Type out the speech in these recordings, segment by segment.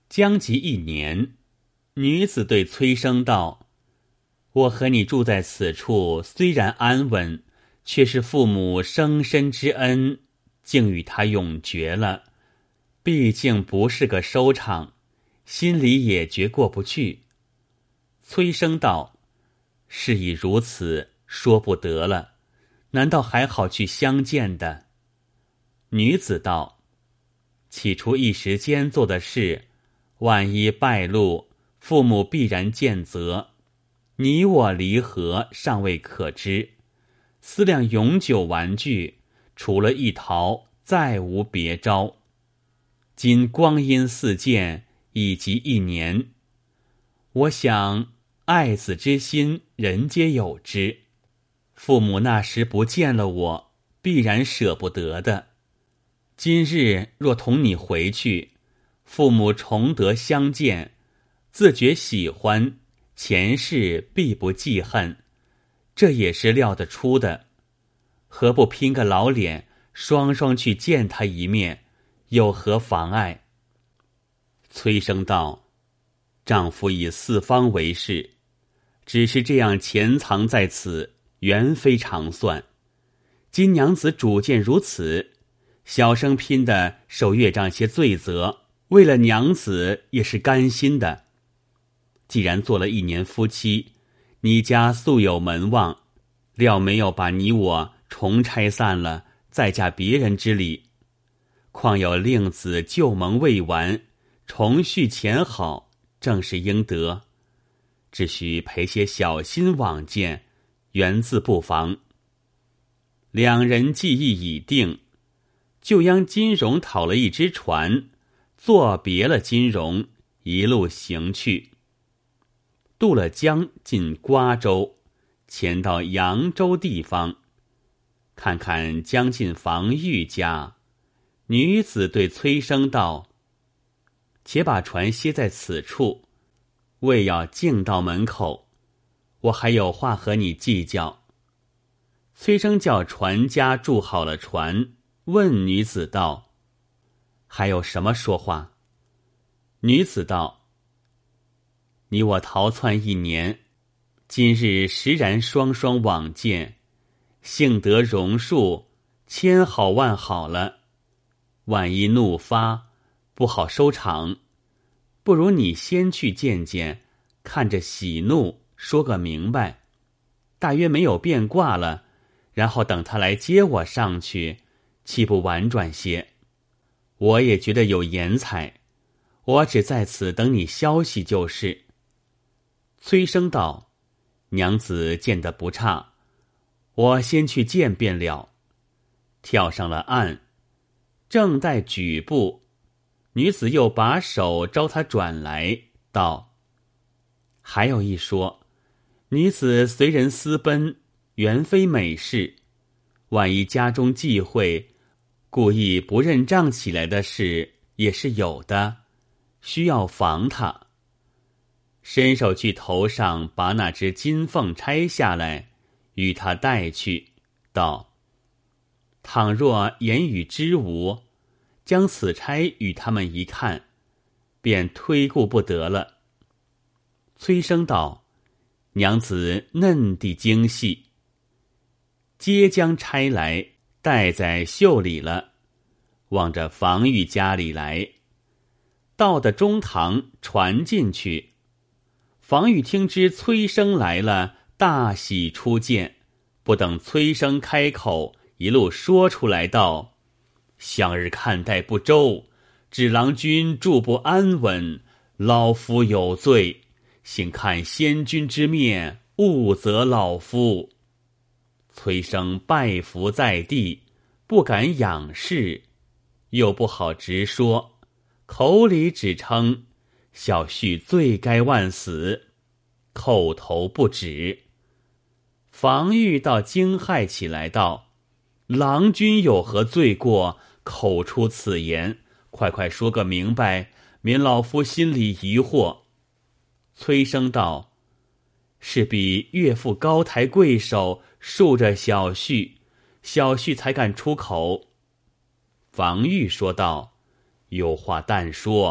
将及1年，女子对崔生道：我和你住在此处，虽然安稳，却是父母生身之恩，竟与他永绝了。毕竟不是个收场，心里也觉过不去。崔生道：事已如此，说不得了，难道还好去相见的？女子道：起初一时间做的事，万一败露，父母必然见责。你我离合尚未可知，思量永久玩具，除了一逃，再无别招。今光阴似箭，已及1年，我想爱子之心，人皆有之。父母那时不见了我，必然舍不得的。今日若同你回去，父母重得相见，自觉喜欢，前世必不记恨，这也是料得出的。何不拼个老脸，双双去见他一面，有何妨碍？崔生道：丈夫以四方为事，只是这样潜藏在此，原非常算。今娘子主见如此，小生拼的受岳丈些罪责，为了娘子也是甘心的。既然做了1年夫妻，你家素有门望，料没有把你我重拆散了，再嫁别人之理。况有令子旧盟未完，重续前好，正是应得。只需赔些小心往见，原自不妨。2人计议已定，就央金荣讨了一只船，作别了金荣，一路行去。渡了江，进瓜州，前到扬州地方，看看将近房玉家。女子对崔生道：且把船歇在此处，为要径到门口，我还有话和你计较。崔生叫船家筑好了船，问女子道：还有什么说话？女子道：你我逃窜1年，今日实然双双往见，幸得榕树，千好万好了。万一怒发，不好收场，不如你先去见见，看着喜怒说个明白，大约没有变卦了，然后等他来接我上去，岂不婉转些？我也觉得有颜彩，我只在此等你消息就是。崔生道：娘子见得不差，我先去见便了。跳上了岸，正待举步，女子又把手招他转来，道：还有一说，女子随人私奔，原非美事，万一家中忌讳，故意不认账起来的事也是有的，需要防他。伸手去头上把那只金凤拆下来，与他带去，道：倘若言语知无，将此差与他们一看，便推顾不得了。崔生道：娘子嫩地精细，皆将差来带在袖里了，望着房玉家里来。到的中堂，传进去。房玉听知崔生来了，大喜出见，不等崔生开口，一路说出来道：向日看待不周，指郎君住不安稳，老夫有罪，幸看先君之面，勿责老夫。崔生拜伏在地，不敢仰视，又不好直说，口里只称小婿罪该万死，叩头不止。房玉倒惊骇起来道：郎君有何罪过，口出此言，快快说个明白，免老夫心里疑惑。崔生道：是比岳父高抬贵手，恕着小婿，小婿才敢出口。房玉说道：有话但说，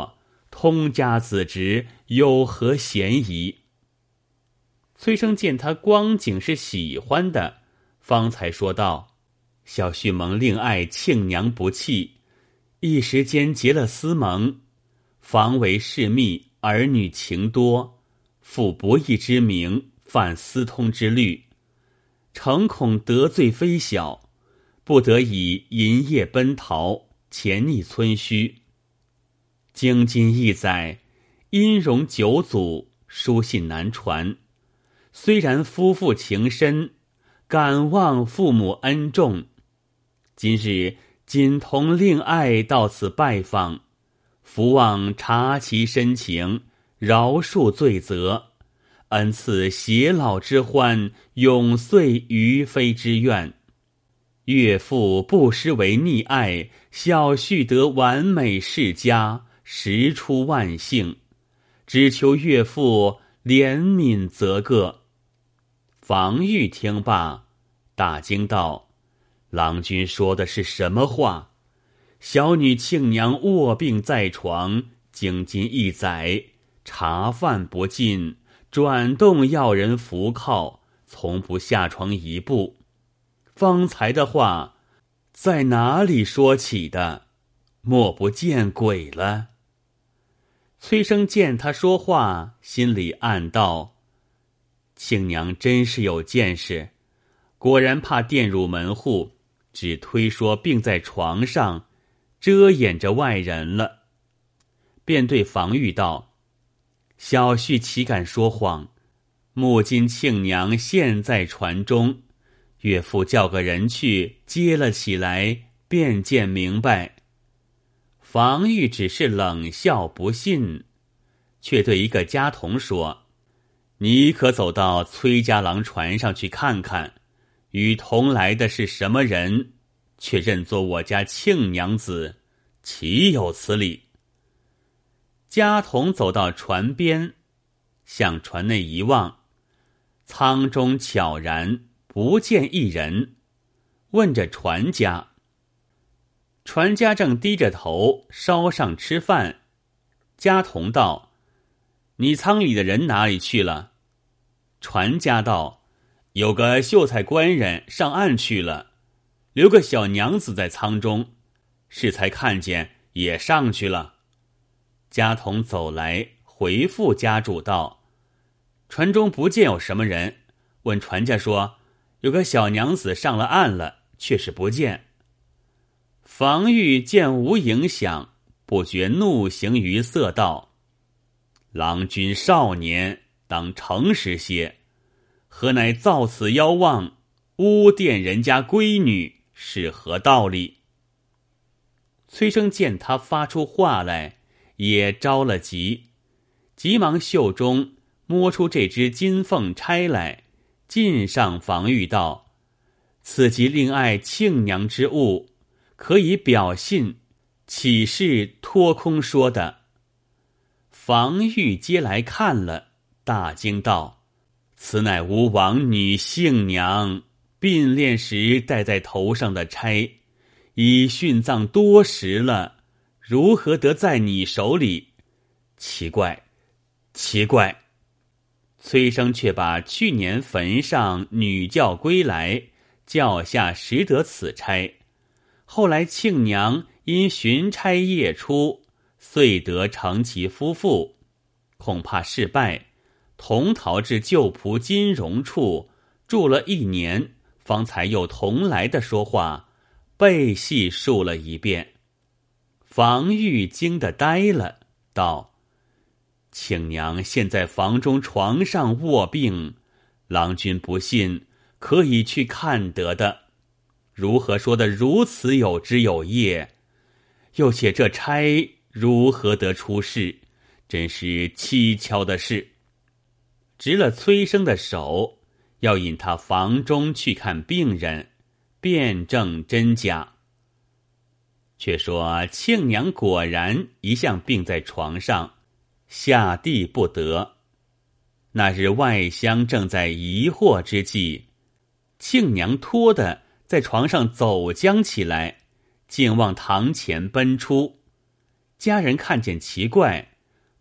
通家子侄，有何嫌疑？崔生见他光景是喜欢的，方才说道：小婿蒙令爱庆娘不弃，一时间结了私盟，房为室密，儿女情多，负不义之名，犯私通之律，诚恐得罪非小，不得已银夜奔逃，潜匿村墟。经今一载，音容九祖，书信难传。虽然夫妇情深，感望父母恩重。今日仅同令爱到此拜访，福望察其深情，饶恕罪责，恩赐偕老之欢，永遂于妃之愿。岳父不失为溺爱，小婿得完美世家，实出万幸，只求岳父怜悯责个。房玉听罢，大惊道：郎君说的是什么话？小女庆娘卧病在床，经今一载，茶饭不进，转动要人扶靠，从不下床一步。方才的话在哪里说起的？莫不见鬼了？崔生见他说话，心里暗道：庆娘真是有见识，果然怕玷辱门户，只推说病在床上，遮掩着外人了。便对房玉道：小婿岂敢说谎？目今庆娘现在船中，岳父叫个人去接了起来，便见明白。房玉只是冷笑不信，却对一个家童说：你可走到崔家郎船上去看看，与同来的是什么人，却认作我家庆娘子，岂有此理？家童走到船边，向船内一望，舱中悄然不见一人，问着船家。船家正低着头烧上吃饭。家童道：你舱里的人哪里去了？船家道：有个秀才官人上岸去了，留个小娘子在舱中，适才看见也上去了。家童走来回复家主道：船中不见有什么人，问船家说有个小娘子上了岸了，却是不见。房玉见无影响，不觉怒形于色道：郎君少年，当诚实些，何乃造此妖妄，污玷人家闺女，是何道理？崔生见他发出话来，也着了急，急忙袖中摸出这只金凤钗来，进上房玉道：此即令爱庆娘之物，可以表信，岂是托空说的？房玉接来看了，大惊道：此乃吾王女幸娘并练时戴在头上的钗，已殉葬多时了，如何得在你手里？奇怪，奇怪！崔生却把去年坟上女教归来，教下识得此钗，后来庆娘因寻钗夜出，遂得成其夫妇，恐怕事败，同逃至旧仆金荣处住了1年，方才又同来的说话，背细述了一遍。房玉惊得呆了，道：庆娘现在房中床上卧病，郎君不信，可以去看得的，如何说得如此有枝有叶？又且这钗如何得出事？真是蹊跷的事。执了崔生的手，要引他房中去看病人，辨证真假。却说庆娘果然一向病在床上，下地不得。那日外乡正在疑惑之际，庆娘脱的在床上走将起来，竟往堂前奔出。家人看见奇怪，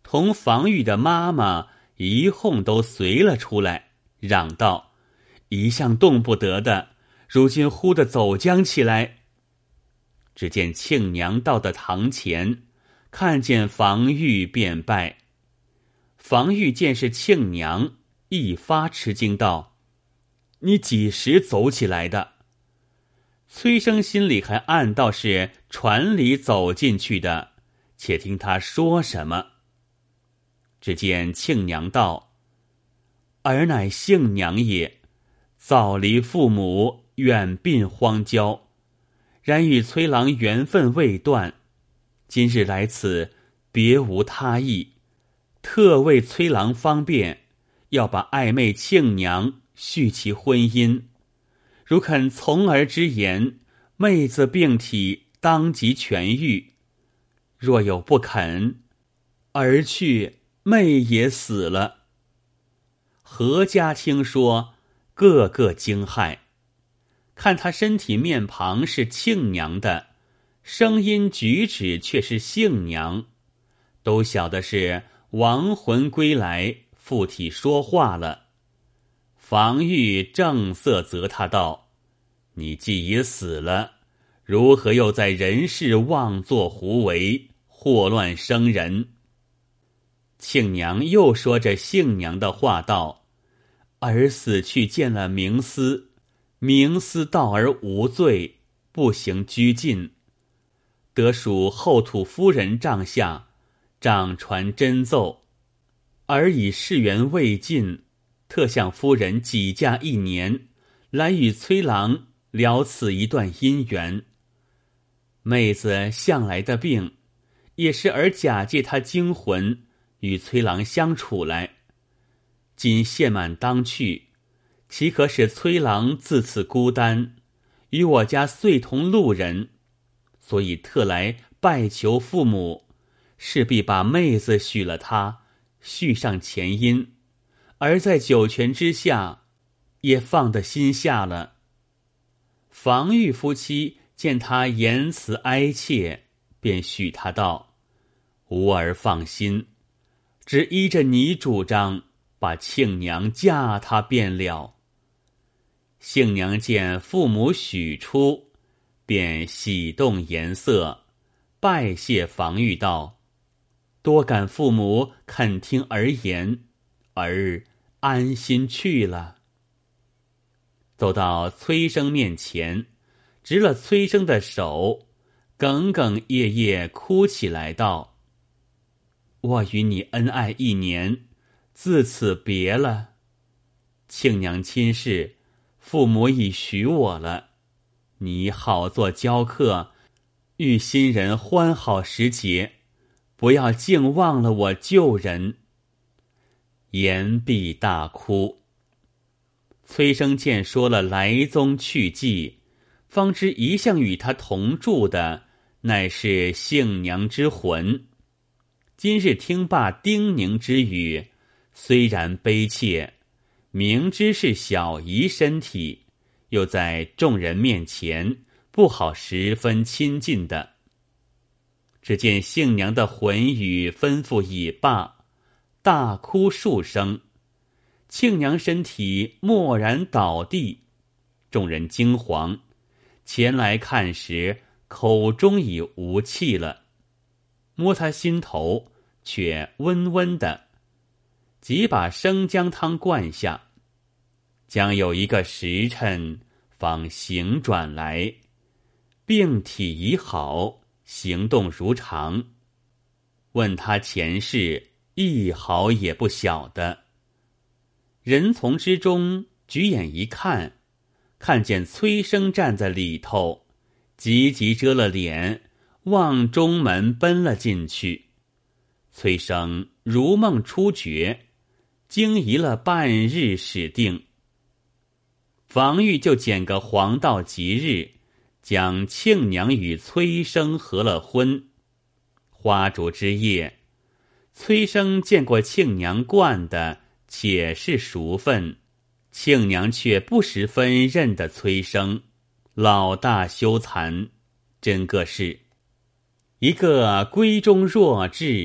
同房玉的妈妈一哄都随了出来，嚷道：一向动不得的，如今忽地走将起来。只见庆娘到的堂前，看见房玉便拜。房玉见是庆娘，一发吃惊道：你几时走起来的？崔生心里还暗道是船里走进去的，且听他说什么。只见庆娘道：儿乃杏娘也，早离父母，远殡荒郊，然与崔郎缘分未断，今日来此，别无他意，特为崔郎方便，要把爱妹庆娘续其婚姻。如肯从儿之言，妹子病体当即痊愈；若有不肯，儿去，妹也死了。何家听说，个个惊骇，看他身体面庞是庆娘的，声音举止却是杏娘，都晓得是亡魂归来，附体说话了。房玉正色责他道：你既已死了，如何又在人世妄作胡为，祸乱生人？庆娘又说着杏娘的话道：儿死去见了冥司，冥司道儿无罪，不行拘禁，得属后土夫人帐下，杖传真奏，儿以事缘未尽，特向夫人几假1年，来与崔郎聊此一段姻缘。妹子向来的病，也是儿假借她精魂，与崔郎相处来。今谢满当去，岂可使崔郎自此孤单？与我家遂同路人，所以特来拜求父母，势必把妹子许了他，续上前姻。而在九泉之下，也放得心下了。房玉夫妻见他言辞哀切，便许他道：吾儿放心，只依着你主张，把庆娘嫁他便了。杏娘见父母许出，便喜动颜色，拜谢房玉道：多感父母肯听儿言，儿安心去了。走到崔生面前，执了崔生的手，哽哽咽咽哭起来道：我与你恩爱1年，自此别了。庆娘亲事，父母已许我了，你好做交客，遇新人欢好时节，不要竟忘了我旧人。言毕大哭。崔生见说了来宗去迹，方知一向与他同住的乃是杏娘之魂。今日听罢叮咛之语，虽然悲切，明知是小姨身体，又在众人面前不好十分亲近的。只见杏娘的魂语吩咐已罢，大哭数声，庆娘身体蓦然倒地，众人惊惶，前来看时，口中已无气了。摸他心头，却温温的，即把生姜汤灌下，将有1个时辰，方醒转来，病体已好，行动如常。问他前世，一毫也不晓得。人丛之中，举眼一看，看见崔生站在里头，急急遮了脸，往中门奔了进去。崔生如梦初觉，惊疑了半日，始定。房玉就拣个黄道吉日，将庆娘与崔生合了婚。花烛之夜，崔生见过庆娘惯的，且是熟分，庆娘却不十分认得崔生，老大羞惭，真个是一个闺中弱智，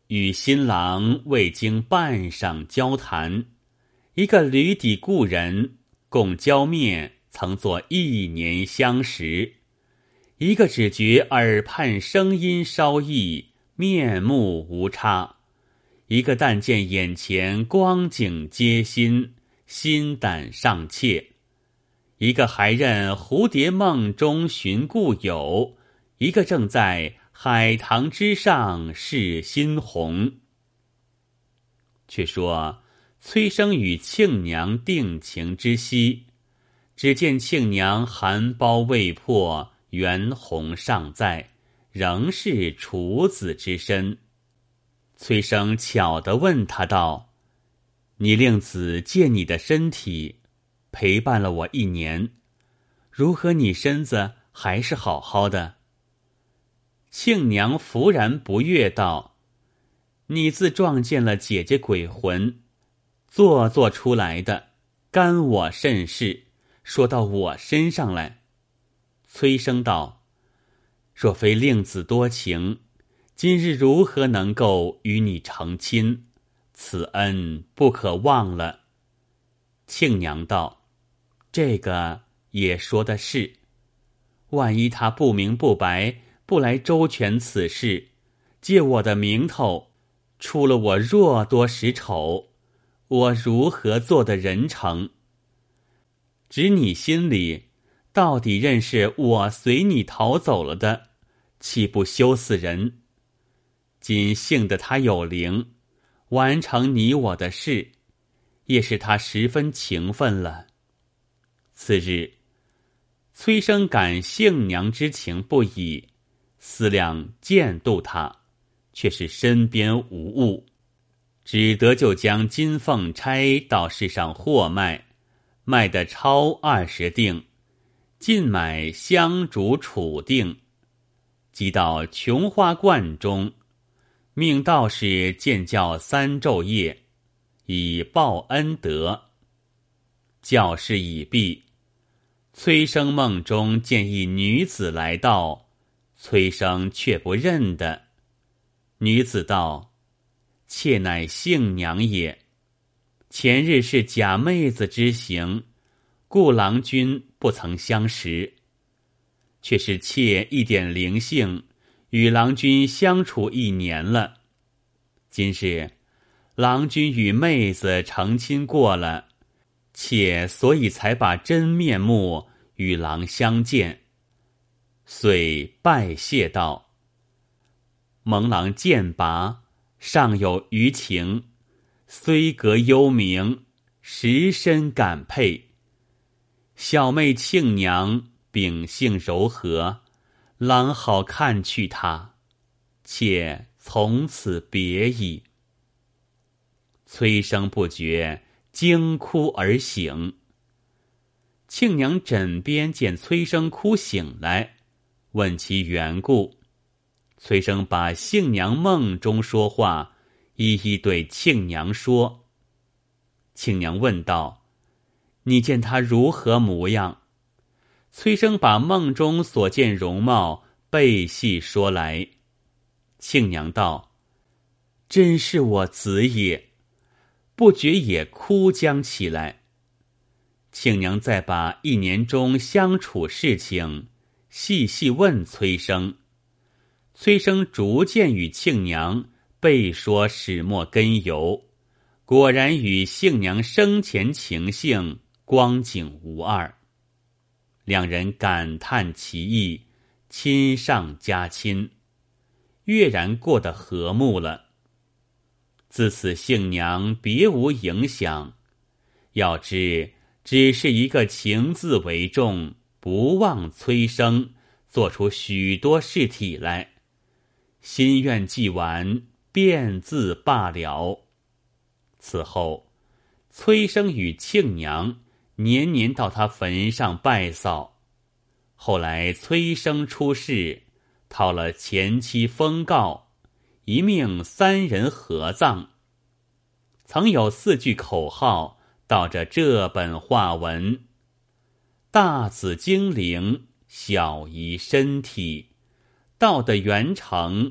与新郎未经半晌交谈，一个驴底故人，共交面曾作1年相识；一个只觉耳畔声音稍异，面目无差；一个但见眼前光景皆新，心胆尚怯；一个还任蝴蝶梦中寻故友，一个正在海棠之上试新红。却说崔生与庆娘定情之夕，只见庆娘含苞未破，圆红尚在，仍是处子之身。崔生巧地问他道：你令子借你的身体陪伴了我1年，如何你身子还是好好的？庆娘弗然不悦道：你自撞见了姐姐鬼魂，做出来的，干我甚事，说到我身上来。崔生道：若非令子多情，今日如何能够与你成亲？此恩不可忘了。庆娘道：这个也说的是，万一他不明不白，不来周全此事，借我的名头，出了我若多时丑，我如何做的人成？只你心里到底认识我随你逃走了的，岂不羞死人？今幸得他有灵，完成你我的事，也是他十分情分了。次日，崔生感杏娘之情不已，思量见度他，却是身边无物，只得就将金凤钗到市上货卖，卖得超20锭，尽买香烛杵锭，即到琼花观中，命道士见教3昼夜，以报恩德。教事已毕，崔生梦中见一女子来到，崔生却不认得。女子道：妾乃杏娘也，前日是假妹子之行，故郎君不曾相识。却是妾一点灵性，与郎君相处1年了。今日郎君与妹子成亲过了，妾所以才把真面目与郎相见，遂拜谢道：蒙郎剑拔，尚有余情，虽隔幽冥，实深感佩。小妹庆娘秉性柔和，郎好看去她，妾从此别矣。崔生不觉惊哭而醒。庆娘枕边见崔生哭醒来，问其缘故。崔生把杏娘梦中说话一一对庆娘说。庆娘问道：你见她如何模样？崔生把梦中所见容貌背细说来。庆娘道：真是我子也，不觉也哭将起来。庆娘再把1年中相处事情细细问崔生。崔生逐渐与庆娘背说始末根由，果然与杏娘生前情性光景无二。两人感叹其意，亲上加亲，跃然过得和睦了。自此杏娘别无影响，要知只是一个情字为重，不忘崔生，做出许多事体来。心愿既完，便自罢了。此后，崔生与庆娘年年到他坟上拜扫。后来崔生出世，讨了前妻封告，一命3人合葬。曾有4句口号，道着这本话文：大子精灵，小姨身体，道的圆成，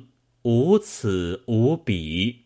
无此无彼。